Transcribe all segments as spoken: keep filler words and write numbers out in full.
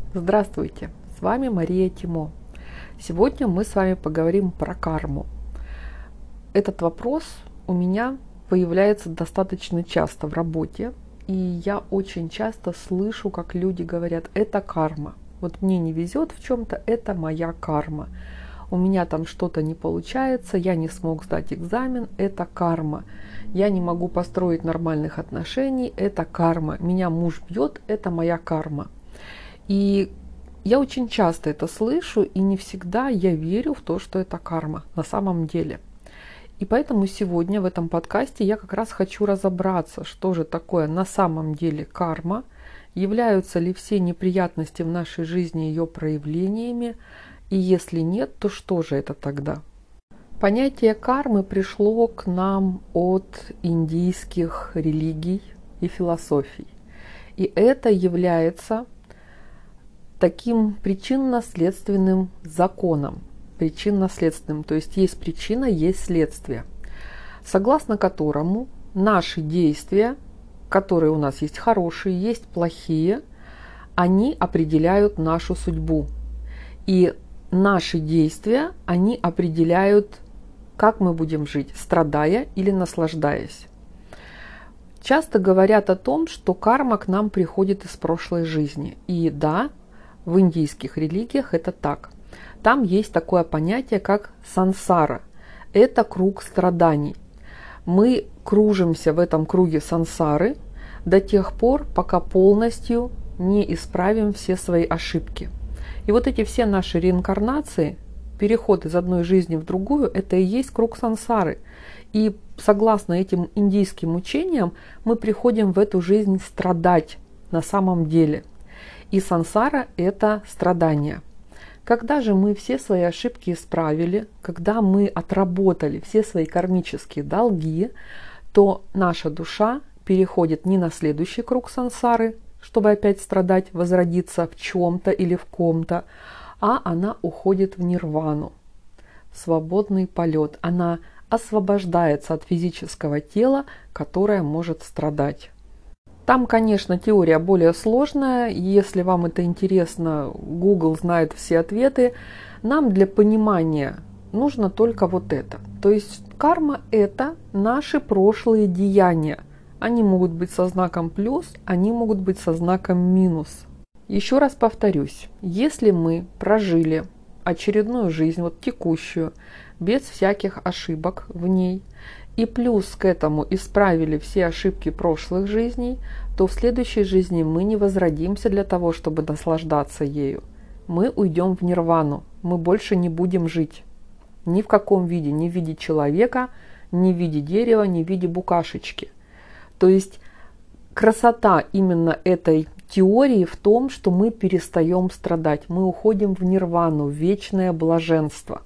Здравствуйте, с вами Мария Тимо. Сегодня мы с вами поговорим про карму. Этот вопрос у меня появляется достаточно часто в работе, и я очень часто слышу, как люди говорят: это карма. Вот мне не везет в чем-то, это моя карма. У меня там что-то не получается, я не смог сдать экзамен, это карма. Я не могу построить нормальных отношений, это карма. Меня муж бьет, это моя карма. И я очень часто это слышу, и не всегда я верю в то, что это карма на самом деле. И поэтому сегодня в этом подкасте я как раз хочу разобраться, что же такое на самом деле карма, являются ли все неприятности в нашей жизни ее проявлениями, и если нет, то что же это тогда? Понятие кармы пришло к нам от индийских религий и философий. И это является таким причинно-следственным законом. Причинно-следственным, то есть есть причина, есть следствие, согласно которому наши действия, которые у нас есть хорошие, есть плохие, они определяют нашу судьбу. И наши действия, они определяют, как мы будем жить, страдая или наслаждаясь. Часто говорят о том, что карма к нам приходит из прошлой жизни. И да, в индийских религиях это так. Там есть такое понятие, как сансара. Это круг страданий. Мы кружимся в этом круге сансары до тех пор, пока полностью не исправим все свои ошибки. И вот эти все наши реинкарнации, переход из одной жизни в другую, это и есть круг сансары. И согласно этим индийским учениям, мы приходим в эту жизнь страдать на самом деле. И сансара – это страдание. Когда же мы все свои ошибки исправили, когда мы отработали все свои кармические долги, то наша душа переходит не на следующий круг сансары, чтобы опять страдать, возродиться в чем-то или в ком-то, а она уходит в нирвану, в свободный полет. Она освобождается от физического тела, которое может страдать. Там, конечно, теория более сложная. Если вам это интересно, Google знает все ответы. Нам для понимания нужно только вот это. То есть карма – это наши прошлые деяния. Они могут быть со знаком плюс, они могут быть со знаком минус. Еще раз повторюсь, если мы прожили очередную жизнь, вот текущую, без всяких ошибок в ней, и плюс к этому исправили все ошибки прошлых жизней, то в следующей жизни мы не возродимся для того, чтобы наслаждаться ею. Мы уйдем в нирвану, мы больше не будем жить. Ни в каком виде, ни в виде человека, ни в виде дерева, ни в виде букашечки. То есть красота именно этой теории в том, что мы перестаем страдать, мы уходим в нирвану, в вечное блаженство.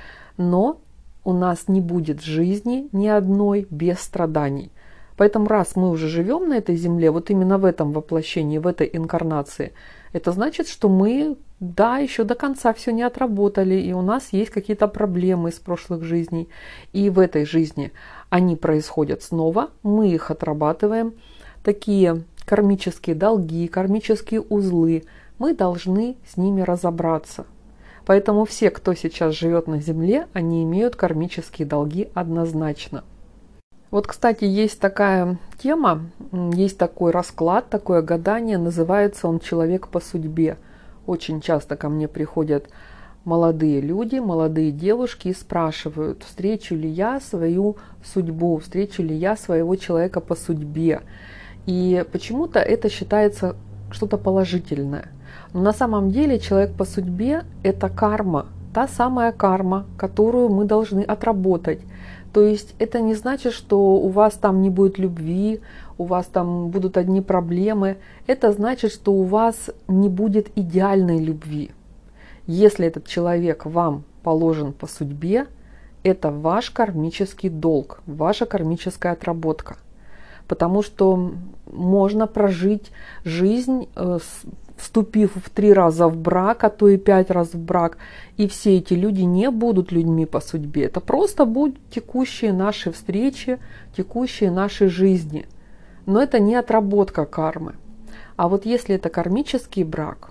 Но у нас не будет жизни ни одной без страданий. Поэтому раз мы уже живем на этой земле, вот именно в этом воплощении, в этой инкарнации, это значит, что мы, да, еще до конца все не отработали, и у нас есть какие-то проблемы из прошлых жизней. И в этой жизни они происходят снова, мы их отрабатываем. Такие кармические долги, кармические узлы, мы должны с ними разобраться. Поэтому все, кто сейчас живет на Земле, они имеют кармические долги однозначно. Вот, кстати, есть такая тема, есть такой расклад, такое гадание, называется он «Человек по судьбе». Очень часто ко мне приходят молодые люди, молодые девушки и спрашивают, встречу ли я свою судьбу, встречу ли я своего человека по судьбе. И почему-то это считается что-то положительное. Но на самом деле человек по судьбе – это карма, та самая карма, которую мы должны отработать. То есть это не значит, что у вас там не будет любви, у вас там будут одни проблемы. Это значит, что у вас не будет идеальной любви. Если этот человек вам положен по судьбе, это ваш кармический долг, ваша кармическая отработка. Потому что можно прожить жизнь, вступив в три раза в брак, а то и пять раз в брак, и все эти люди не будут людьми по судьбе. Это просто будут текущие наши встречи, текущие наши жизни. Но это не отработка кармы. А вот если это кармический брак,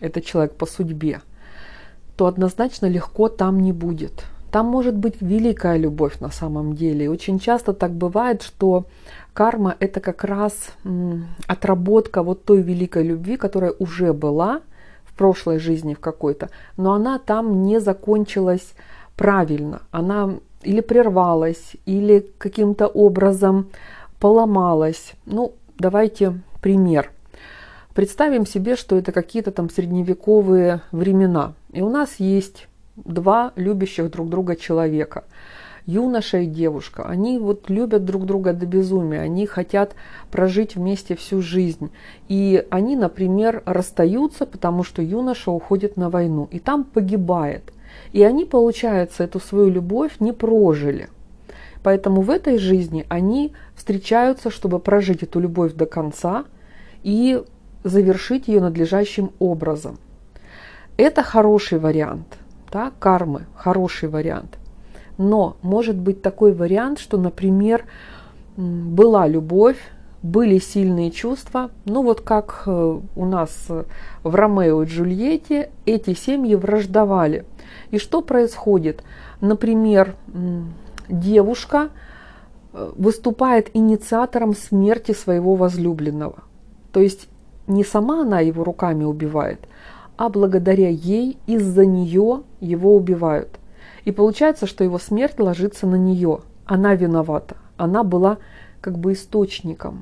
это человек по судьбе, то однозначно легко там не будет. Там может быть великая любовь на самом деле. И очень часто так бывает, что карма – это как раз м, отработка вот той великой любви, которая уже была в прошлой жизни в какой-то, но она там не закончилась правильно. Она или прервалась, или каким-то образом поломалась. Ну, давайте пример. Представим себе, что это какие-то там средневековые времена. И у нас есть два любящих друг друга человека. Юноша и девушка. Они вот любят друг друга до безумия. Они хотят прожить вместе всю жизнь. И они, например, расстаются, потому что юноша уходит на войну. И там погибает. И они, получается, эту свою любовь не прожили. Поэтому в этой жизни они встречаются, чтобы прожить эту любовь до конца и завершить ее надлежащим образом. Это хороший вариант, да, кармы, хороший вариант. Но может быть такой вариант, что, например, была любовь, были сильные чувства, ну вот как у нас в Ромео и Джульетте эти семьи враждовали. И что происходит? Например, девушка выступает инициатором смерти своего возлюбленного. То есть не сама она его руками убивает, а благодаря ей, из-за нее его убивают. И получается, что его смерть ложится на нее. Она виновата. Она была как бы источником.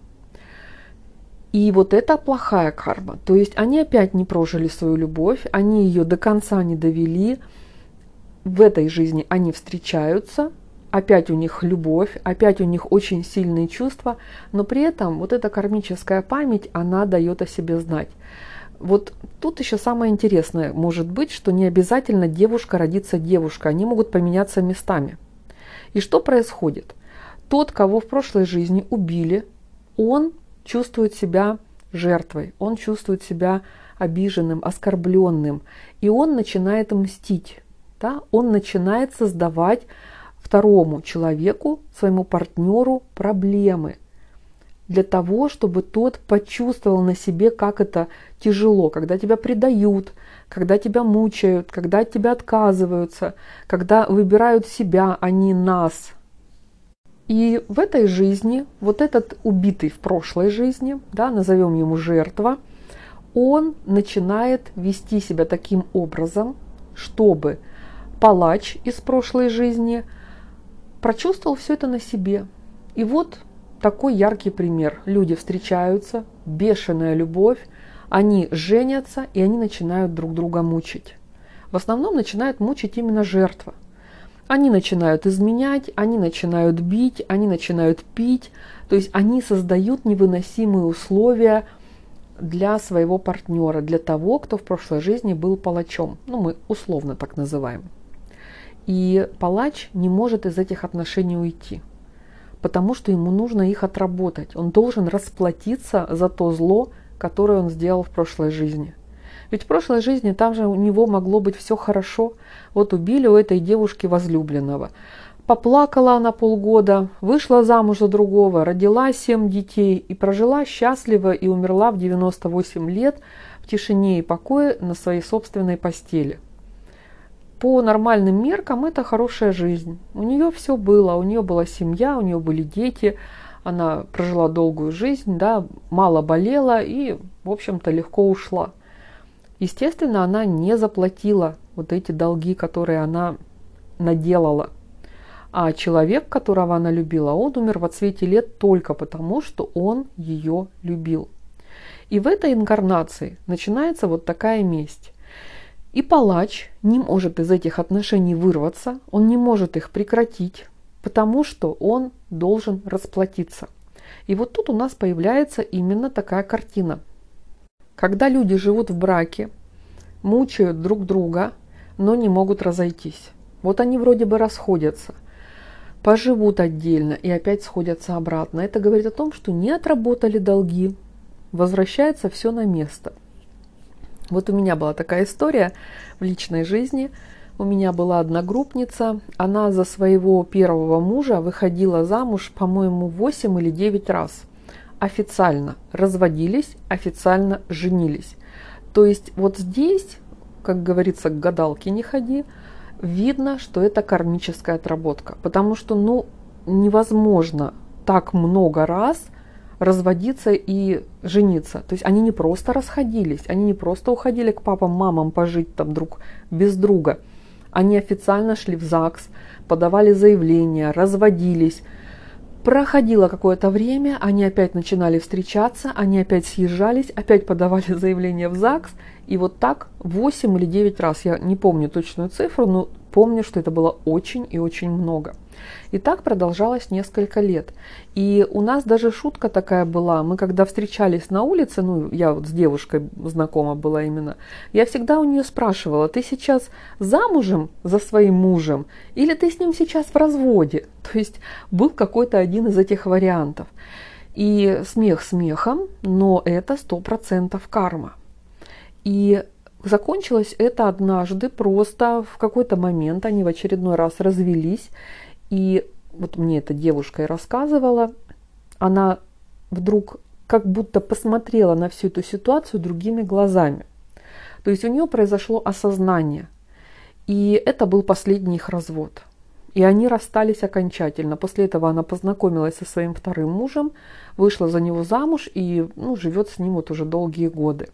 И вот это плохая карма. То есть они опять не прожили свою любовь, они ее до конца не довели. В этой жизни они встречаются, опять у них любовь, опять у них очень сильные чувства, но при этом вот эта кармическая память, она дает о себе знать. Вот тут еще самое интересное может быть, что не обязательно девушка родится девушкой, они могут поменяться местами. И что происходит? Тот, кого в прошлой жизни убили, он чувствует себя жертвой, он чувствует себя обиженным, оскорбленным, и он начинает мстить, да? Он начинает создавать второму человеку, своему партнеру проблемы для того, чтобы тот почувствовал на себе, как это тяжело, когда тебя предают, когда тебя мучают, когда от тебя отказываются, когда выбирают себя, а не нас. И в этой жизни вот этот убитый в прошлой жизни, да, назовем ему жертва, он начинает вести себя таким образом, чтобы палач из прошлой жизни прочувствовал все это на себе. И вот такой яркий пример. Люди встречаются, бешеная любовь, они женятся, и они начинают друг друга мучить. В основном начинает мучить именно жертва. Они начинают изменять, они начинают бить, они начинают пить. То есть они создают невыносимые условия для своего партнера, для того, кто в прошлой жизни был палачом. Ну, мы условно так называем. И палач не может из этих отношений уйти, потому что ему нужно их отработать. Он должен расплатиться за то зло, которое он сделал в прошлой жизни. Ведь в прошлой жизни там же у него могло быть все хорошо. Вот убили у этой девушки возлюбленного. Поплакала она полгода, вышла замуж за другого, родила семь детей и прожила счастливо и умерла в девяносто восемь лет в тишине и покое на своей собственной постели. По нормальным меркам это хорошая жизнь. У нее все было, у нее была семья, у нее были дети, она прожила долгую жизнь, да, мало болела и, в общем-то, легко ушла. Естественно, она не заплатила вот эти долги, которые она наделала. А человек, которого она любила, он умер во цвете лет только потому, что он ее любил. И в этой инкарнации начинается вот такая месть. И палач не может из этих отношений вырваться, он не может их прекратить, потому что он должен расплатиться. И вот тут у нас появляется именно такая картина. Когда люди живут в браке, мучают друг друга, но не могут разойтись. Вот они вроде бы расходятся, поживут отдельно и опять сходятся обратно. Это говорит о том, что не отработали долги, возвращается все на место. Вот у меня была такая история в личной жизни. У меня была одногруппница, она за своего первого мужа выходила замуж, по-моему, восемь или девять раз. Официально разводились, официально женились. То есть вот здесь, как говорится, к гадалке не ходи, видно, что это кармическая отработка. Потому что, ну, невозможно так много раз разводиться и жениться. То есть они не просто расходились, они не просто уходили к папам, мамам пожить там друг без друга. Они официально шли в ЗАГС, подавали заявления, разводились. Проходило какое-то время, они опять начинали встречаться, они опять съезжались, опять подавали заявление в ЗАГС. И вот так восемь или девять раз, я не помню точную цифру, но помню, что это было очень и очень много. И так продолжалось несколько лет. И у нас даже шутка такая была. Мы когда встречались на улице, ну, я вот с девушкой знакома была именно, я всегда у нее спрашивала: ты сейчас замужем за своим мужем или ты с ним сейчас в разводе? То есть был какой-то один из этих вариантов. И смех смехом, но это сто процентов карма. И закончилось это однажды, просто в какой-то момент они в очередной раз развелись. И вот мне эта девушка и рассказывала, она вдруг как будто посмотрела на всю эту ситуацию другими глазами. То есть у нее произошло осознание. И это был последний их развод. И они расстались окончательно. После этого она познакомилась со своим вторым мужем, вышла за него замуж и, ну, живет с ним вот уже долгие годы.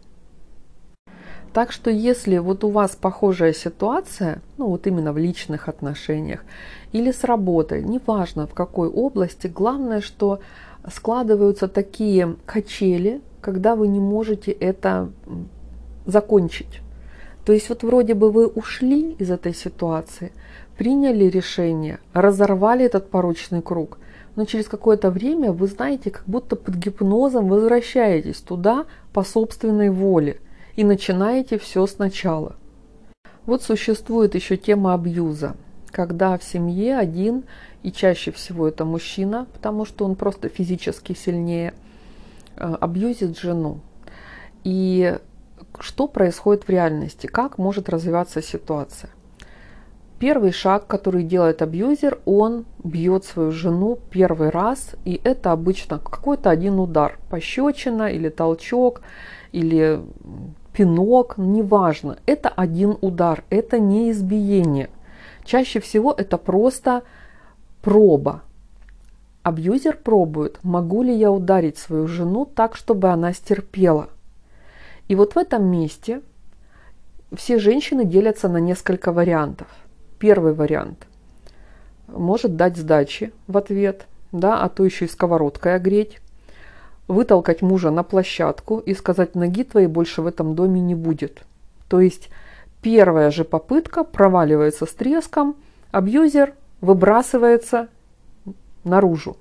Так что если вот у вас похожая ситуация, ну вот именно в личных отношениях или с работой, неважно в какой области, главное, что складываются такие качели, когда вы не можете это закончить. То есть вот вроде бы вы ушли из этой ситуации, приняли решение, разорвали этот порочный круг, но через какое-то время вы знаете, как будто под гипнозом возвращаетесь туда по собственной воле. И начинаете все сначала. Вот существует еще тема абьюза, когда в семье один, и чаще всего это мужчина, потому что он просто физически сильнее, абьюзит жену. И что происходит в реальности? Как может развиваться ситуация? Первый шаг, который делает абьюзер, он бьет свою жену первый раз, и это обычно какой-то один удар, пощечина или толчок, или пинок, неважно, это один удар, это не избиение. Чаще всего это просто проба. Абьюзер пробует, могу ли я ударить свою жену так, чтобы она стерпела. И вот в этом месте все женщины делятся на несколько вариантов. Первый вариант может дать сдачи в ответ, да, а то еще и сковородкой огреть. Вытолкать мужа на площадку и сказать: ноги твоей больше в этом доме не будет. То есть первая же попытка проваливается с треском, абьюзер выбрасывается наружу.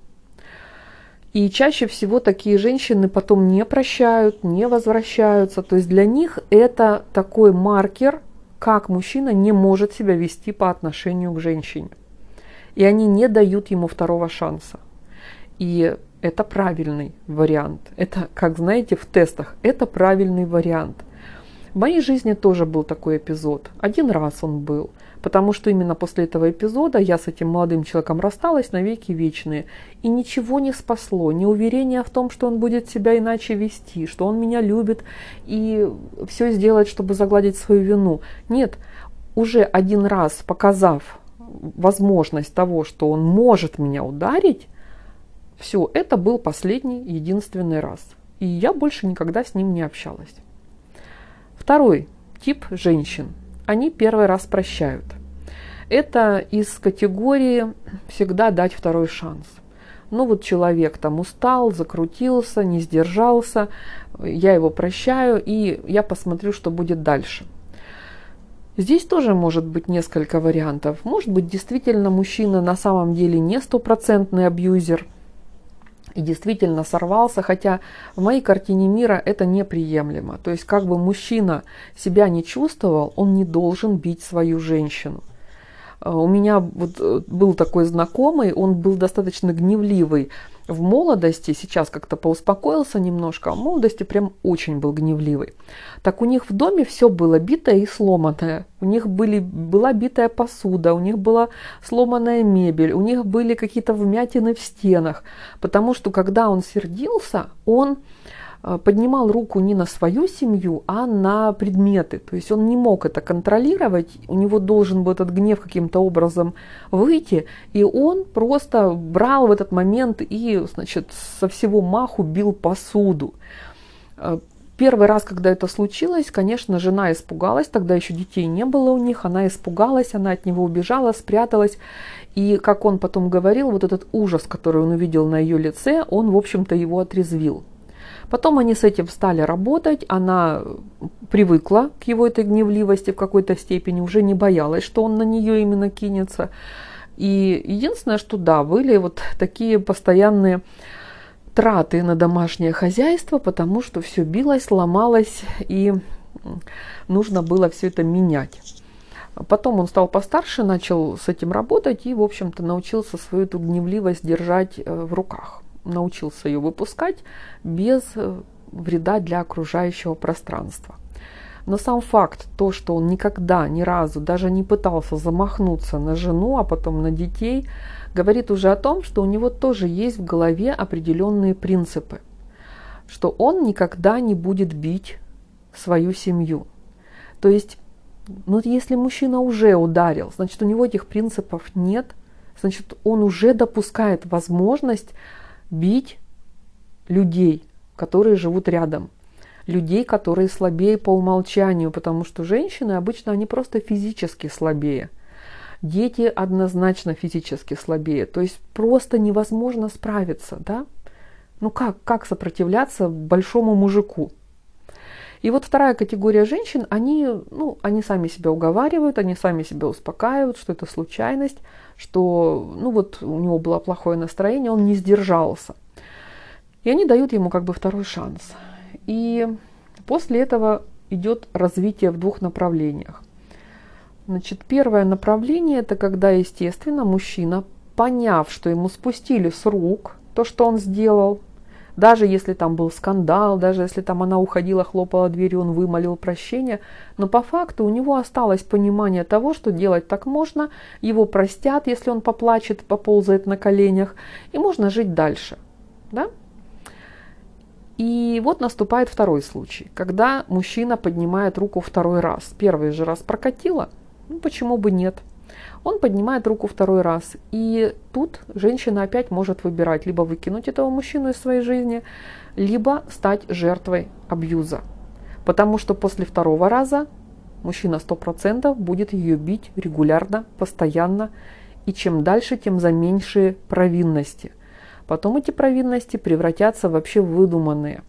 И чаще всего такие женщины потом не прощают, не возвращаются. То есть для них это такой маркер, как мужчина не может себя вести по отношению к женщине. И они не дают ему второго шанса. И это правильный вариант. Это, как знаете, в тестах, это правильный вариант. В моей жизни тоже был такой эпизод. Один раз он был. Потому что именно после этого эпизода я с этим молодым человеком рассталась навеки вечные. И ничего не спасло. Ни уверения в том, что он будет себя иначе вести, что он меня любит и все сделает, чтобы загладить свою вину. Нет, уже один раз показав возможность того, что он может меня ударить, все, это был последний, единственный раз. И я больше никогда с ним не общалась. Второй тип женщин. Они первый раз прощают. Это из категории всегда дать второй шанс. Ну вот человек там устал, закрутился, не сдержался, я его прощаю, и я посмотрю, что будет дальше. Здесь тоже может быть несколько вариантов. Может быть, действительно мужчина на самом деле не стопроцентный абьюзер, и действительно сорвался, хотя в моей картине мира это неприемлемо. То есть как бы мужчина себя не чувствовал, он не должен бить свою женщину. У меня вот был такой знакомый, он был достаточно гневливый в молодости, сейчас как-то поуспокоился немножко, а в молодости прям очень был гневливый. Так у них в доме все было битое и сломанное. У них были, была битая посуда, у них была сломанная мебель, у них были какие-то вмятины в стенах. Потому что когда он сердился, он поднимал руку не на свою семью, а на предметы. То есть он не мог это контролировать, у него должен был этот гнев каким-то образом выйти, и он просто брал в этот момент и, значит, со всего маху бил посуду. Первый раз, когда это случилось, конечно, жена испугалась, тогда еще детей не было у них, она испугалась, она от него убежала, спряталась. И, как он потом говорил, вот этот ужас, который он увидел на ее лице, он, в общем-то, его отрезвил. Потом они с этим стали работать, она привыкла к его этой гневливости в какой-то степени, уже не боялась, что он на нее именно кинется. И единственное, что да, были вот такие постоянные траты на домашнее хозяйство, потому что все билось, ломалось, и нужно было все это менять. Потом он стал постарше, начал с этим работать и, в общем-то, научился свою эту гневливость держать в руках. Научился ее выпускать без вреда для окружающего пространства. Но сам факт, то, что он никогда, ни разу даже не пытался замахнуться на жену, а потом на детей, говорит уже о том, что у него тоже есть в голове определенные принципы, что он никогда не будет бить свою семью. То есть, ну, если мужчина уже ударил, значит, у него этих принципов нет, значит, он уже допускает возможность бить людей, которые живут рядом, людей, которые слабее по умолчанию, потому что женщины обычно они просто физически слабее. Дети однозначно физически слабее, то есть просто невозможно справиться, да? Ну как, как сопротивляться большому мужику? И вот вторая категория женщин, они, ну, они сами себя уговаривают, они сами себя успокаивают, что это случайность, что, ну вот у него было плохое настроение, он не сдержался. И они дают ему как бы второй шанс. И после этого идет развитие в двух направлениях. Значит, первое направление – это когда, естественно, мужчина, поняв, что ему спустили с рук то, что он сделал, даже если там был скандал, даже если там она уходила, хлопала дверью, он вымолил прощения, но по факту у него осталось понимание того, что делать так можно, его простят, если он поплачет, поползает на коленях, и можно жить дальше, да? И вот наступает второй случай, когда мужчина поднимает руку второй раз. Первый же раз прокатило, ну почему бы нет? Он поднимает руку второй раз, и тут женщина опять может выбирать, либо выкинуть этого мужчину из своей жизни, либо стать жертвой абьюза. Потому что после второго раза мужчина сто процентов будет ее бить регулярно, постоянно, и чем дальше, тем за меньшие провинности. Потом эти провинности превратятся вообще в выдуманные.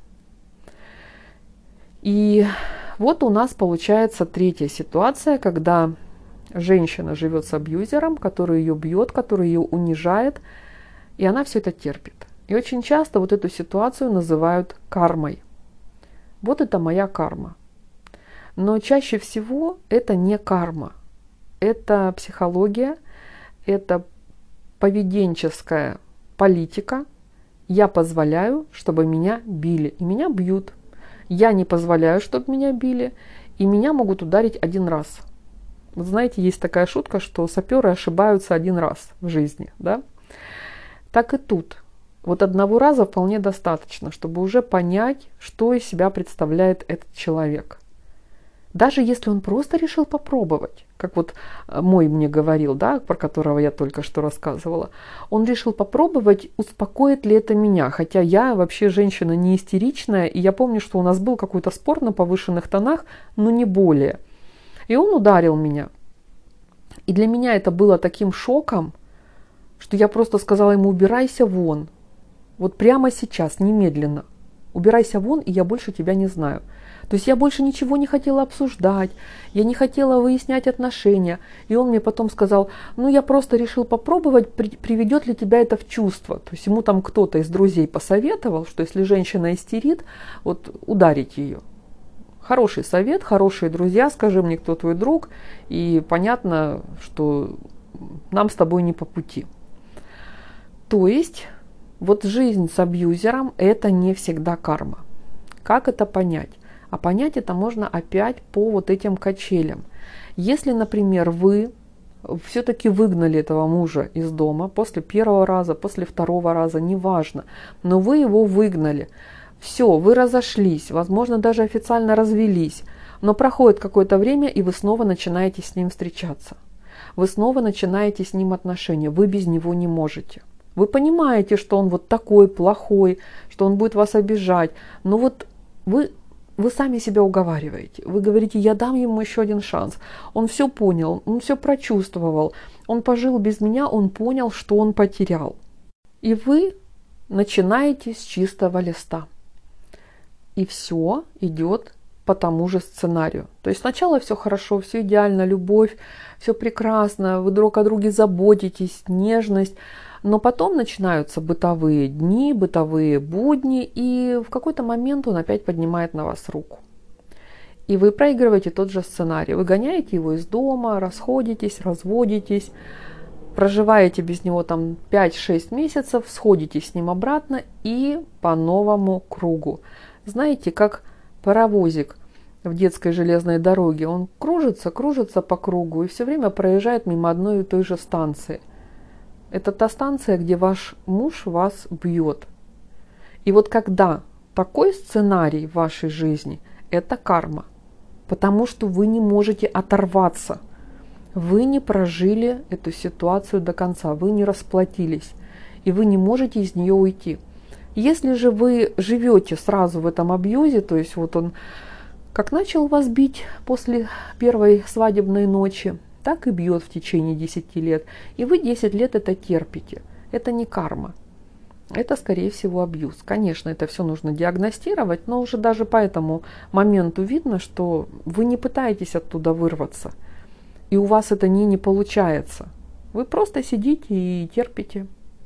И вот у нас получается третья ситуация, когда женщина живет с абьюзером, который ее бьет, который ее унижает, и она все это терпит. И очень часто вот эту ситуацию называют кармой. Вот это моя карма. Но чаще всего это не карма. Это психология, это поведенческая политика. Я позволяю, чтобы меня били, и меня бьют. Я не позволяю, чтобы меня били, и меня могут ударить один раз. Вот знаете, есть такая шутка, что саперы ошибаются один раз в жизни, да? Так и тут. Вот одного раза вполне достаточно, чтобы уже понять, что из себя представляет этот человек. Даже если он просто решил попробовать, как вот мой мне говорил, да, про которого я только что рассказывала, он решил попробовать, успокоит ли это меня, хотя я вообще женщина не истеричная, и я помню, что у нас был какой-то спор на повышенных тонах, но не более. И он ударил меня. И для меня это было таким шоком, что я просто сказала ему: убирайся вон, вот прямо сейчас, немедленно, убирайся вон, и я больше тебя не знаю. То есть я больше ничего не хотела обсуждать, я не хотела выяснять отношения. И он мне потом сказал: ну я просто решил попробовать, при, приведет ли тебя это в чувство. То есть ему там кто-то из друзей посоветовал, что если женщина истерит, вот ударить ее. Хороший совет, хорошие друзья, скажи мне, кто твой друг, и понятно, что нам с тобой не по пути. То есть вот жизнь с абьюзером – это не всегда карма. Как это понять? А понять это можно опять по вот этим качелям. Если, например, вы все-таки выгнали этого мужа из дома после первого раза, после второго раза, неважно, но вы его выгнали, Все, вы разошлись, возможно, даже официально развелись, но проходит какое-то время, и вы снова начинаете с ним встречаться. Вы снова начинаете с ним отношения, вы без него не можете. Вы понимаете, что он вот такой плохой, что он будет вас обижать, но вот вы, вы сами себя уговариваете. Вы говорите, я дам ему еще один шанс. Он все понял, он все прочувствовал, он пожил без меня, он понял, что он потерял. И вы начинаете с чистого листа. И все идет по тому же сценарию. То есть сначала все хорошо, все идеально, любовь, все прекрасно, вы друг о друге заботитесь, нежность, но потом начинаются бытовые дни, бытовые будни, и в какой-то момент он опять поднимает на вас руку. И вы проигрываете тот же сценарий. Вы гоняете его из дома, расходитесь, разводитесь, проживаете без него там пять-шесть месяцев, сходите с ним обратно и по новому кругу. Знаете, как паровозик в детской железной дороге. Он кружится, кружится по кругу и все время проезжает мимо одной и той же станции. Это та станция, где ваш муж вас бьет. И вот когда такой сценарий в вашей жизни, это карма. Потому что вы не можете оторваться. Вы не прожили эту ситуацию до конца, вы не расплатились. И вы не можете из нее уйти. Если же вы живете сразу в этом абьюзе, то есть вот он как начал вас бить после первой свадебной ночи, так и бьет в течение десяти лет. И вы десять лет это терпите. Это не карма. Это, скорее всего, абьюз. Конечно, это все нужно диагностировать, но уже даже по этому моменту видно, что вы не пытаетесь оттуда вырваться. И у вас это не, не получается. Вы просто сидите и терпите.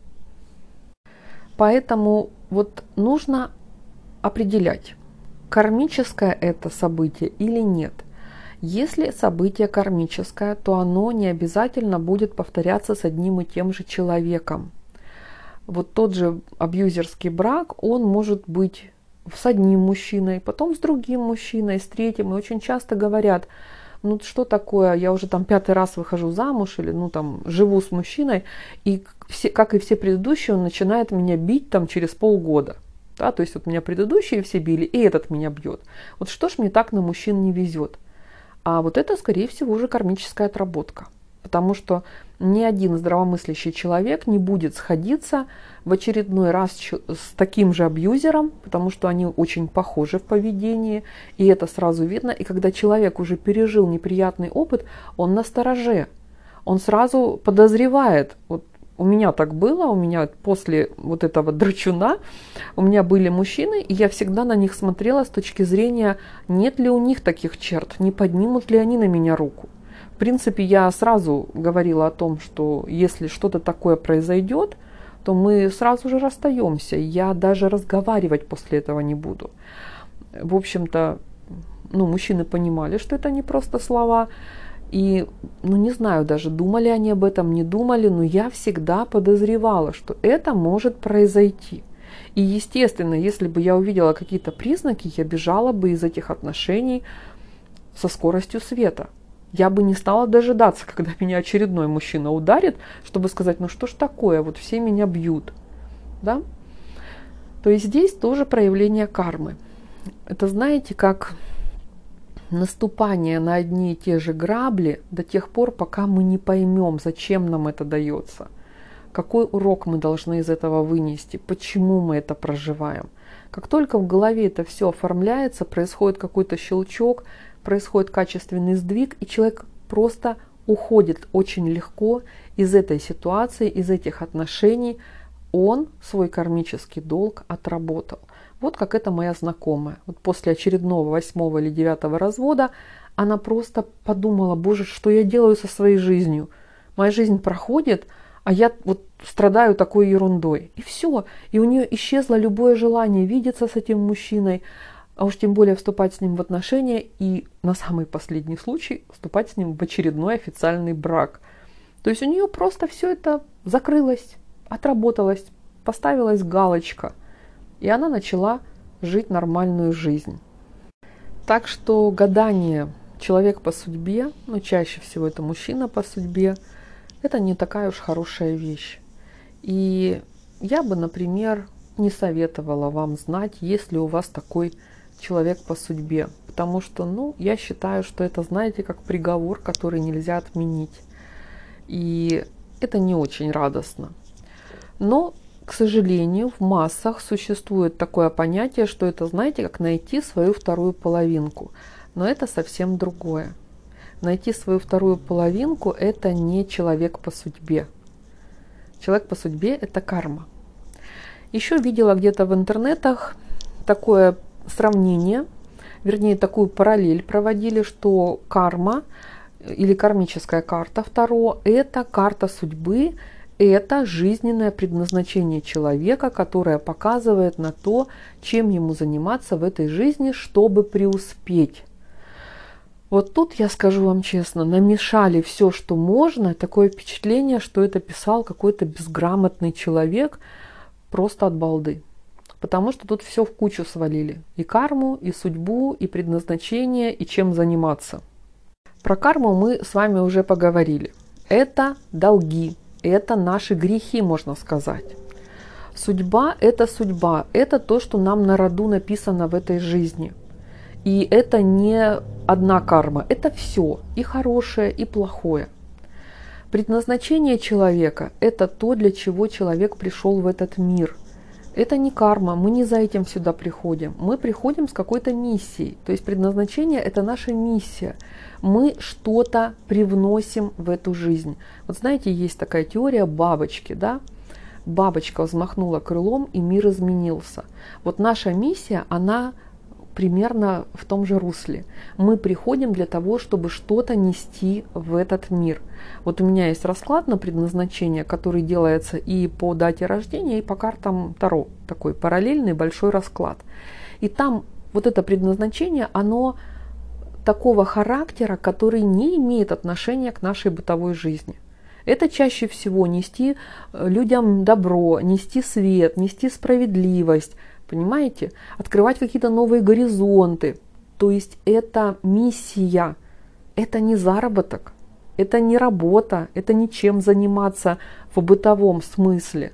Поэтому вот нужно определять, кармическое это событие или нет. Если событие кармическое, то оно не обязательно будет повторяться с одним и тем же человеком. Вот тот же абьюзерский брак, он может быть с одним мужчиной, потом с другим мужчиной, с третьим. И очень часто говорят, ну что такое, я уже там пятый раз выхожу замуж или ну там живу с мужчиной, и все, как и все предыдущие, он начинает меня бить там через полгода. Да, то есть вот меня предыдущие все били, и этот меня бьет. Вот что ж мне так на мужчин не везет? А вот это, скорее всего, уже кармическая отработка. Потому что ни один здравомыслящий человек не будет сходиться в очередной раз с таким же абьюзером, потому что они очень похожи в поведении, и это сразу видно. И когда человек уже пережил неприятный опыт, он настороже, он сразу подозревает. Вот у меня так было, у меня после вот этого драчуна, у меня были мужчины, и я всегда на них смотрела с точки зрения, нет ли у них таких черт, не поднимут ли они на меня руку. В принципе, я сразу говорила о том, что если что-то такое произойдет, то мы сразу же расстаемся. Я даже разговаривать после этого не буду. В общем-то, ну, мужчины понимали, что это не просто слова. И, ну, не знаю даже, думали они об этом, не думали, но я всегда подозревала, что это может произойти. И, естественно, если бы я увидела какие-то признаки, я бежала бы из этих отношений со скоростью света. Я бы не стала дожидаться, когда меня очередной мужчина ударит, чтобы сказать, ну что ж такое, вот все меня бьют. Да? То есть здесь тоже проявление кармы. Это, знаете, как наступание на одни и те же грабли до тех пор, пока мы не поймем, зачем нам это дается. Какой урок мы должны из этого вынести, почему мы это проживаем. Как только в голове это все оформляется, происходит какой-то щелчок, происходит качественный сдвиг, и человек просто уходит очень легко из этой ситуации, из этих отношений. Он свой кармический долг отработал. Вот как это моя знакомая. Вот после очередного восьмого или девятого развода она просто подумала, боже, что я делаю со своей жизнью? Моя жизнь проходит, а я вот страдаю такой ерундой. И все. И у нее исчезло любое желание видеться с этим мужчиной, а уж тем более вступать с ним в отношения и на самый последний случай вступать с ним в очередной официальный брак. То есть у нее просто все это закрылось, отработалось, поставилась галочка, и она начала жить нормальную жизнь. Так что гадание человек по судьбе, но чаще всего это мужчина по судьбе, это не такая уж хорошая вещь. И я бы, например, не советовала вам знать, есть ли у вас такой человек по судьбе. Потому что, ну, я считаю, что это, знаете, как приговор, который нельзя отменить. И это не очень радостно. Но, к сожалению, в массах существует такое понятие, что это, знаете, как найти свою вторую половинку. Но это совсем другое. Найти свою вторую половинку – это не человек по судьбе. Человек по судьбе – это карма. Еще видела где-то в интернетах такое сравнение, вернее, такую параллель проводили, что карма или кармическая карта Таро – это карта судьбы, это жизненное предназначение человека, которое показывает на то, чем ему заниматься в этой жизни, чтобы преуспеть. Вот тут, я скажу вам честно, намешали все, что можно. Такое впечатление, что это писал какой-то безграмотный человек просто от балды. Потому что тут все в кучу свалили. И карму, и судьбу, и предназначение, и чем заниматься. Про карму мы с вами уже поговорили. Это долги, это наши грехи, можно сказать. Судьба – это судьба, это то, что нам на роду написано в этой жизни. И это не одна карма, это все, и хорошее, и плохое. Предназначение человека – это то, для чего человек пришел в этот мир. Это не карма, мы не за этим сюда приходим. Мы приходим с какой-то миссией. То есть предназначение – это наша миссия. Мы что-то привносим в эту жизнь. Вот знаете, есть такая теория бабочки, да? Бабочка взмахнула крылом, и мир изменился. Вот наша миссия, она примерно в том же русле. Мы приходим для того, чтобы что-то нести в этот мир. Вот у меня есть расклад на предназначение, который делается и по дате рождения, и по картам Таро. Такой параллельный большой расклад. И там вот это предназначение, оно такого характера, который не имеет отношения к нашей бытовой жизни. Это чаще всего нести людям добро, нести свет, нести справедливость, понимаете? Открывать какие-то новые горизонты. То есть это миссия, это не заработок, это не работа, это не чем заниматься в бытовом смысле.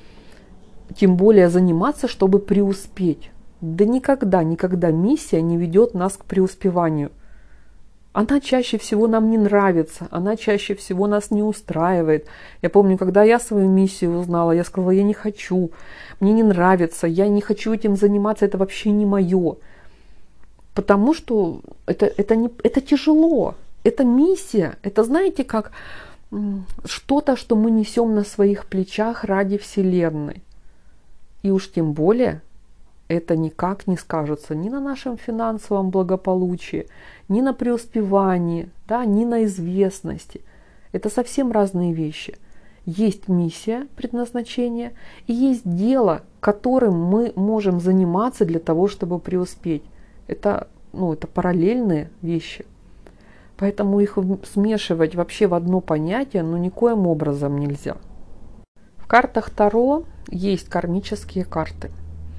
Тем более заниматься, чтобы преуспеть. Да никогда, никогда миссия не ведет нас к преуспеванию. Она чаще всего нам не нравится, она чаще всего нас не устраивает. Я помню, когда я свою миссию узнала, я сказала, я не хочу, мне не нравится, я не хочу этим заниматься, это вообще не мое. Потому что это, это, не, это тяжело, это миссия, это, знаете, как что-то, что мы несем на своих плечах ради Вселенной. И уж тем более это никак не скажется ни на нашем финансовом благополучии, ни на преуспевании, да, ни на известности. Это совсем разные вещи. Есть миссия, предназначение, и есть дело, которым мы можем заниматься для того, чтобы преуспеть. Это, ну, это параллельные вещи. Поэтому их смешивать вообще в одно понятие, ну, никоим образом нельзя. В картах Таро есть кармические карты.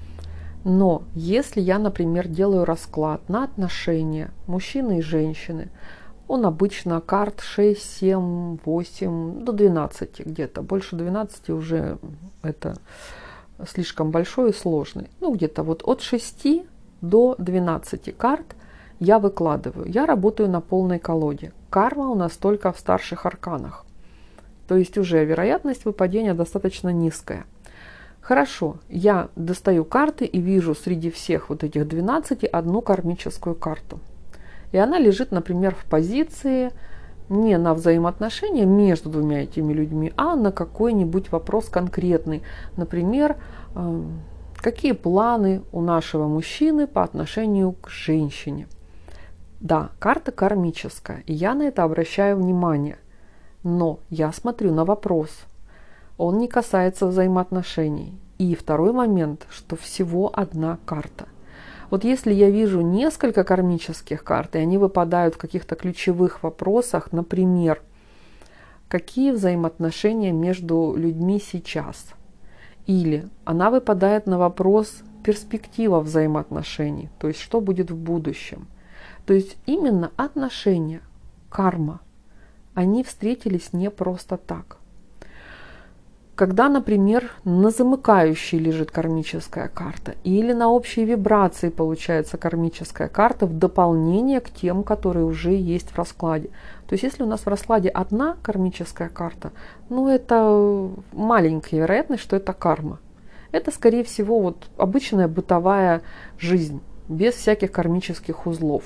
Но если я, например, делаю расклад на отношения мужчины и женщины, он обычно карт шесть, семь, восемь, до двенадцати где-то. Больше двенадцати уже это слишком большой и сложный. Ну, где-то вот от шести до двенадцати карт я выкладываю. Я работаю на полной колоде. Карма у нас только в старших арканах. То есть уже вероятность выпадения достаточно низкая. Хорошо, я достаю карты и вижу среди всех вот этих двенадцати одну кармическую карту. И она лежит, например, в позиции не на взаимоотношения между двумя этими людьми, а на какой-нибудь вопрос конкретный. Например, какие планы у нашего мужчины по отношению к женщине. Да, карта кармическая, и я на это обращаю внимание. Но я смотрю на вопрос. Он не касается взаимоотношений. И второй момент, что всего одна карта. Вот если я вижу несколько кармических карт, и они выпадают в каких-то ключевых вопросах, например, какие взаимоотношения между людьми сейчас? Или она выпадает на вопрос перспектива взаимоотношений, то есть что будет в будущем. То есть именно отношения, карма, они встретились не просто так. Когда, например, на замыкающей лежит кармическая карта или на общей вибрации получается кармическая карта в дополнение к тем, которые уже есть в раскладе. То есть если у нас в раскладе одна кармическая карта, ну это маленькая вероятность, что это карма. Это, скорее всего, вот обычная бытовая жизнь, без всяких кармических узлов.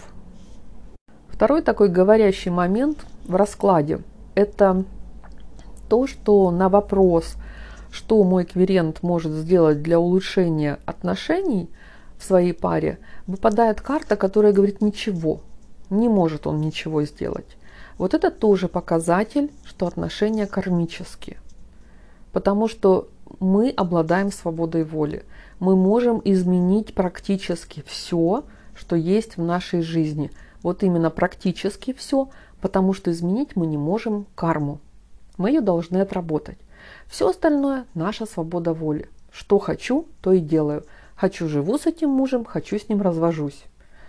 Второй такой говорящий момент в раскладе – это то, что на вопрос, что мой клиент может сделать для улучшения отношений в своей паре, выпадает карта, которая говорит ничего, не может он ничего сделать. Вот это тоже показатель, что отношения кармические, потому что мы обладаем свободой воли, мы можем изменить практически все, что есть в нашей жизни. Вот именно практически все, потому что изменить мы не можем карму. Мы ее должны отработать. Все остальное – наша свобода воли. Что хочу, то и делаю. Хочу – живу с этим мужем, хочу – с ним развожусь.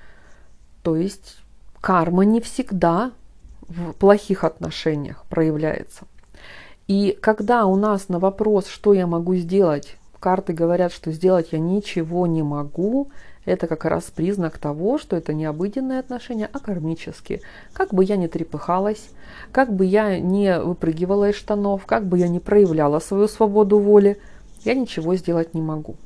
То есть карма не всегда в плохих отношениях проявляется. И когда у нас на вопрос, что я могу сделать, карты говорят, что сделать я ничего не могу, это как раз признак того, что это не обыденные отношения, а кармические. Как бы я ни трепыхалась, как бы я не выпрыгивала из штанов, как бы я не проявляла свою свободу воли, я ничего сделать не могу.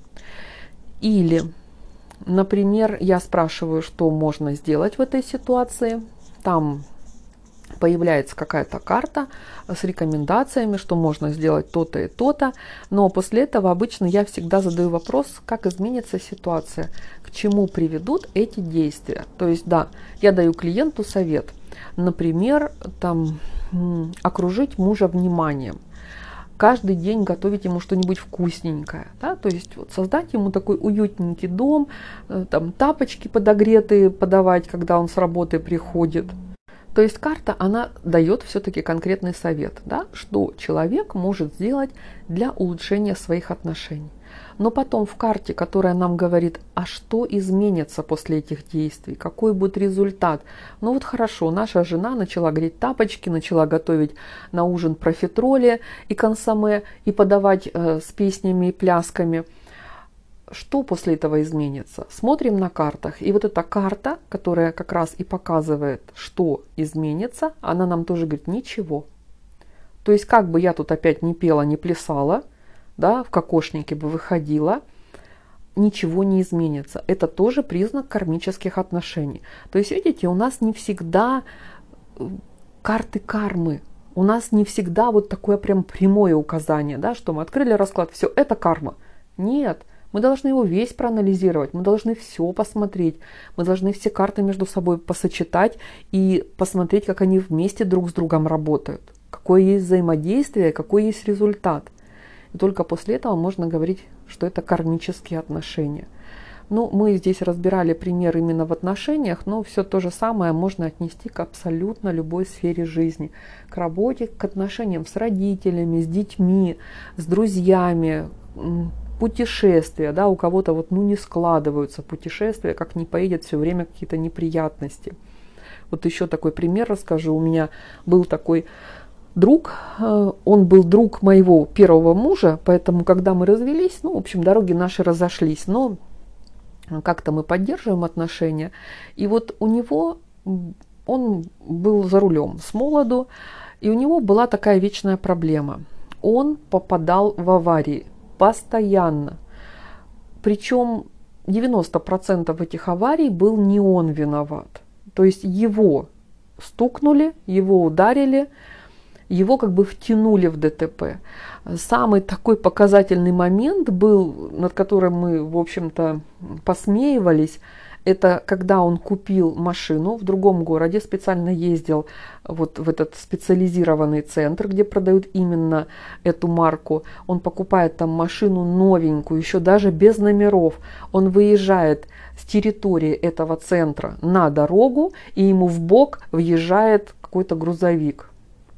Или, например, я спрашиваю, что можно сделать в этой ситуации. Там появляется какая-то карта с рекомендациями, что можно сделать то-то и то-то. Но после этого обычно я всегда задаю вопрос, как изменится ситуация, к чему приведут эти действия. То есть, да, я даю клиенту совет. Например, там, окружить мужа вниманием. Каждый день готовить ему что-нибудь вкусненькое. Да? То есть вот создать ему такой уютненький дом, там, тапочки подогретые подавать, когда он с работы приходит. То есть карта, она дает все-таки конкретный совет, да, что человек может сделать для улучшения своих отношений. Но потом в карте, которая нам говорит, а что изменится после этих действий, какой будет результат. Ну вот хорошо, наша жена начала греть тапочки, начала готовить на ужин профитроли и консоме, и подавать э, с песнями и плясками. Что после этого изменится? Смотрим на картах. И вот эта карта, которая как раз и показывает, что изменится, она нам тоже говорит ничего. То есть как бы я тут опять не пела, не плясала, да, в кокошнике бы выходила, ничего не изменится. Это тоже признак кармических отношений. То есть, видите, у нас не всегда карты кармы. У нас не всегда вот такое прям прямое указание, да, что мы открыли расклад, все, это карма. Нет. Мы должны его весь проанализировать, мы должны все посмотреть, мы должны все карты между собой посочетать и посмотреть, как они вместе друг с другом работают, какое есть взаимодействие, какой есть результат. И только после этого можно говорить, что это кармические отношения. Ну, мы здесь разбирали пример именно в отношениях, но все то же самое можно отнести к абсолютно любой сфере жизни. К работе, к отношениям с родителями, с детьми, с друзьями, путешествия, да, у кого-то вот ну не складываются путешествия, как не поедет все время какие-то неприятности. Вот еще такой пример расскажу. У меня был такой друг, он был друг моего первого мужа, поэтому когда мы развелись, ну, в общем, дороги наши разошлись, но как-то мы поддерживаем отношения. И вот у него, он был за рулем с молоду, и у него была такая вечная проблема. Он попадал в аварии. Постоянно. Причем девяносто процентов этих аварий был не он виноват. То есть его стукнули, его ударили, его как бы втянули в ДТП. Самый такой показательный момент был, над которым мы, в общем-то, посмеивались, это когда он купил машину в другом городе, специально ездил вот в этот специализированный центр, где продают именно эту марку. Он покупает там машину новенькую, еще даже без номеров. Он выезжает с территории этого центра на дорогу, и ему в бок въезжает какой-то грузовик.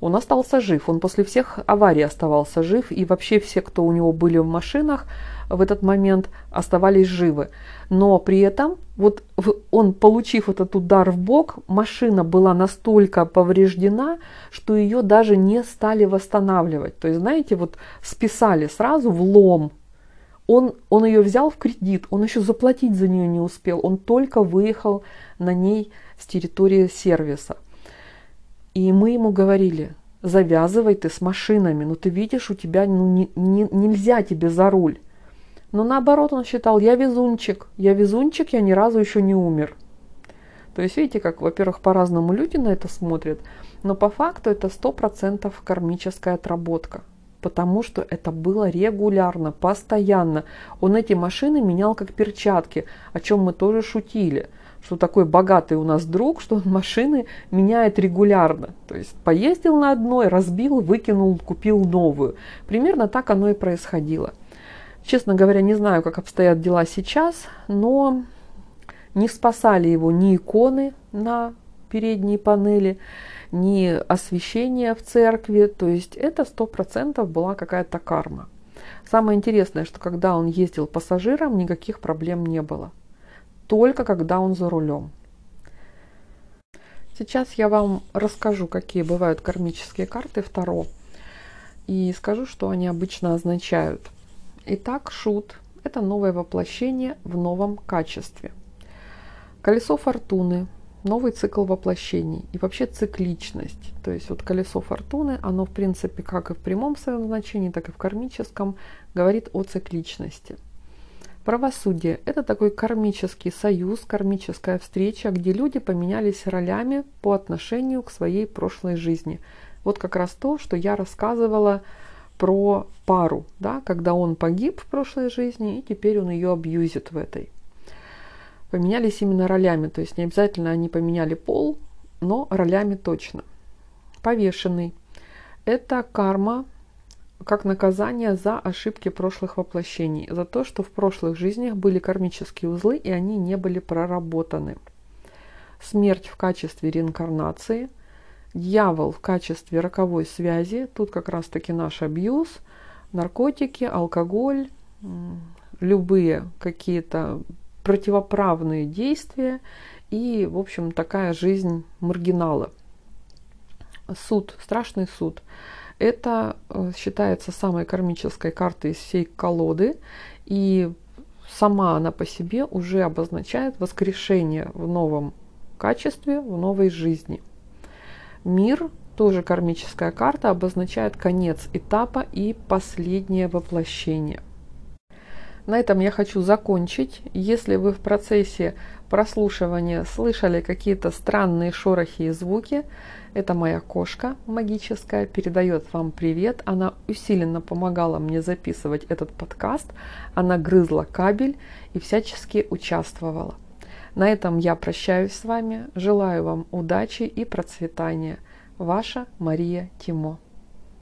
Он остался жив, он после всех аварий оставался жив, и вообще все, кто у него были в машинах в этот момент, оставались живы. Но при этом, вот он, получив этот удар в бок, машина была настолько повреждена, что ее даже не стали восстанавливать. То есть, знаете, вот списали сразу в лом. Он, он ее взял в кредит, он еще заплатить за нее не успел, он только выехал на ней с территории сервиса. И мы ему говорили: завязывай ты с машинами, ну ты видишь, у тебя ну, не, не, нельзя тебе за руль. Но наоборот он считал: я везунчик, я везунчик, я ни разу еще не умер. То есть видите, как, во-первых, по-разному люди на это смотрят, но по факту это сто процентов кармическая отработка. Потому что это было регулярно, постоянно. Он эти машины менял как перчатки, о чем мы тоже шутили. Что такой богатый у нас друг, что он машины меняет регулярно. То есть поездил на одной, разбил, выкинул, купил новую. Примерно так оно и происходило. Честно говоря, не знаю, как обстоят дела сейчас, но не спасали его ни иконы на передней панели, ни освещение в церкви. То есть это сто процентов была какая-то карма. Самое интересное, что когда он ездил пассажиром, никаких проблем не было. Только когда он за рулем. Сейчас я вам расскажу, какие бывают кармические карты в Таро, и скажу, что они обычно означают. Итак, шут – это новое воплощение в новом качестве. Колесо фортуны – новый цикл воплощений и вообще цикличность. То есть вот колесо фортуны, оно в принципе как и в прямом своем значении, так и в кармическом говорит о цикличности. Правосудие – это такой кармический союз, кармическая встреча, где люди поменялись ролями по отношению к своей прошлой жизни. Вот как раз то, что я рассказывала про пару, да, когда он погиб в прошлой жизни, и теперь он ее абьюзит в этой. Поменялись именно ролями, то есть не обязательно они поменяли пол, но ролями точно. Повешенный – это карма, как наказание за ошибки прошлых воплощений, за то, что в прошлых жизнях были кармические узлы, и они не были проработаны. Смерть в качестве реинкарнации, дьявол в качестве роковой связи, тут как раз-таки наш абьюз, наркотики, алкоголь, любые какие-то противоправные действия и, в общем, такая жизнь маргинала. Суд, страшный суд. Это считается самой кармической картой из всей колоды, и сама она по себе уже обозначает воскрешение в новом качестве, в новой жизни. Мир, тоже кармическая карта, обозначает конец этапа и последнее воплощение. На этом я хочу закончить. Если вы в процессе прослушивания слышали какие-то странные шорохи и звуки, это моя кошка магическая передает вам привет. Она усиленно помогала мне записывать этот подкаст. Она грызла кабель и всячески участвовала. На этом я прощаюсь с вами. Желаю вам удачи и процветания. Ваша Мария Тимо.